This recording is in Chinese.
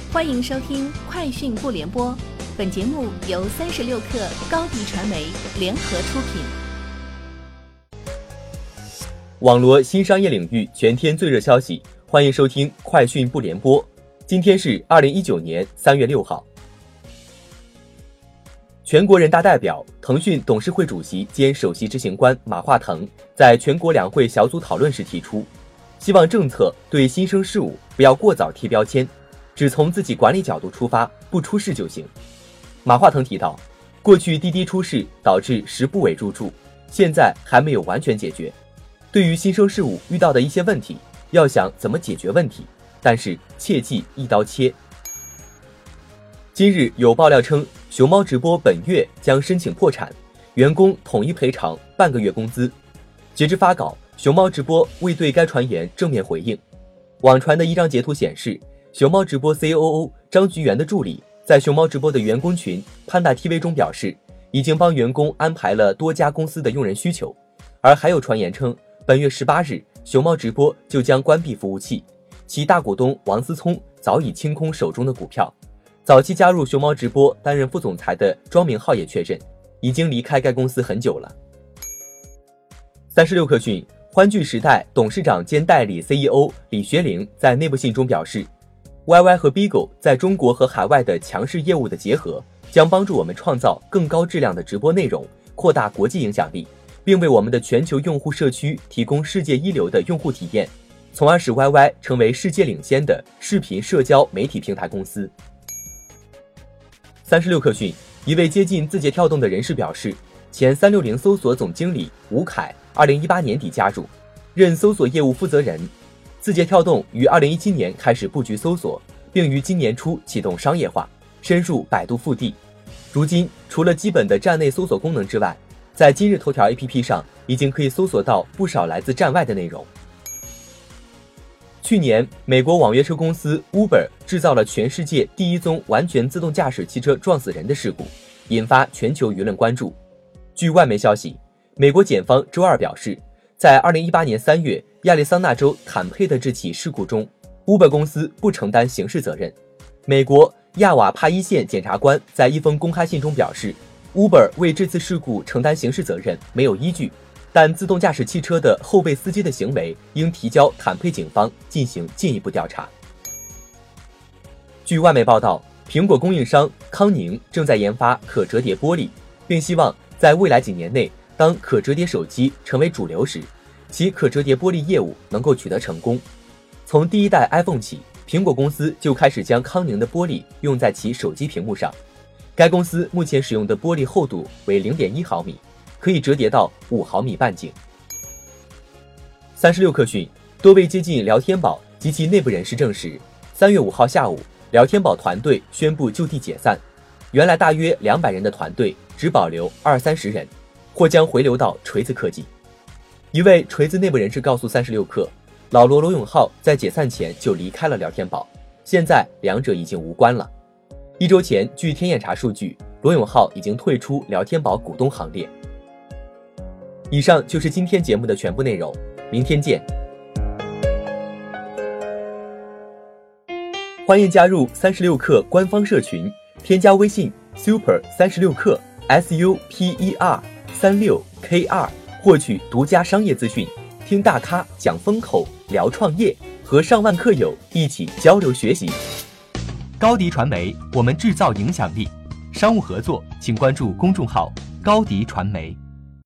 欢迎收听快讯不联播，本节目由36克高迪传媒联合出品。 网罗新商业领域全天最热消息，欢迎收听快讯不联播。今天是2019年3月6号。全国人大代表、腾讯董事会主席兼首席执行官马化腾在全国两会小组讨论时提出，希望政策对新生事物不要过早贴标签，只从自己管理角度出发，不出事就行。马化腾提到，过去滴滴出事导致10部委入驻，现在还没有完全解决。对于新生事物遇到的一些问题，要想怎么解决问题，但是切忌一刀切。今日有爆料称，熊猫直播本月将申请破产，员工统一赔偿半个月工资。截至发稿，熊猫直播未对该传言正面回应。网传的一张截图显示，熊猫直播 COO 张菊元的助理在熊猫直播的员工群 Panda TV 中表示，已经帮员工安排了多家公司的用人需求。而还有传言称，本月18日熊猫直播就将关闭服务器，其大股东王思聪早已清空手中的股票。早期加入熊猫直播担任副总裁的庄明浩也确认，已经离开该公司很久了。36克讯，欢聚时代董事长兼代理 CEO 李学凌在内部信中表示， YY 和 Bigo 在中国和海外的强势业务的结合，将帮助我们创造更高质量的直播内容，扩大国际影响力，并为我们的全球用户社区提供世界一流的用户体验，从而使 YY 成为世界领先的视频社交媒体平台公司。36克讯，一位接近字节跳动的人士表示，前360搜索总经理吴凯2018年底加入，任搜索业务负责人。字节跳动于2017年开始布局搜索，并于今年初启动商业化，深入百度腹地。如今，除了基本的站内搜索功能之外，在今日头条 APP 上已经可以搜索到不少来自站外的内容。去年，美国网约车公司 Uber 制造了全世界第一宗完全自动驾驶汽车撞死人的事故，引发全球舆论关注。据外媒消息，美国检方周二表示，在2018年3月亚利桑那州坦佩的这起事故中， Uber 公司不承担刑事责任。美国亚瓦帕伊县检察官在一封公开信中表示， Uber 为这次事故承担刑事责任没有依据，但自动驾驶汽车的后备司机的行为应提交坦佩警方进行进一步调查。据外媒报道，苹果供应商康宁正在研发可折叠玻璃，并希望在未来几年内，当可折叠手机成为主流时，其可折叠玻璃业务能够取得成功。从第一代 iPhone 起，苹果公司就开始将康宁的玻璃用在其手机屏幕上。该公司目前使用的玻璃厚度为 0.1 毫米，可以折叠到5毫米半径。36克讯，多位接近聊天宝及其内部人士证实，3月5号下午，聊天宝团队宣布就地解散，原来大约200人的团队只保留20-30人，或将回流到锤子科技。一位锤子内部人士告诉36克，老罗永浩在解散前就离开了聊天宝，现在两者已经无关了。1周前，据天眼查数据，罗永浩已经退出聊天宝股东行列。以上就是今天节目的全部内容，明天见。欢迎加入36克官方社群，添加微信 super36克 SUPER36KR， 获取独家商业资讯，听大咖讲风口，聊创业，和上万客友一起交流学习。高迪传媒，我们制造影响力。商务合作请关注公众号高迪传媒。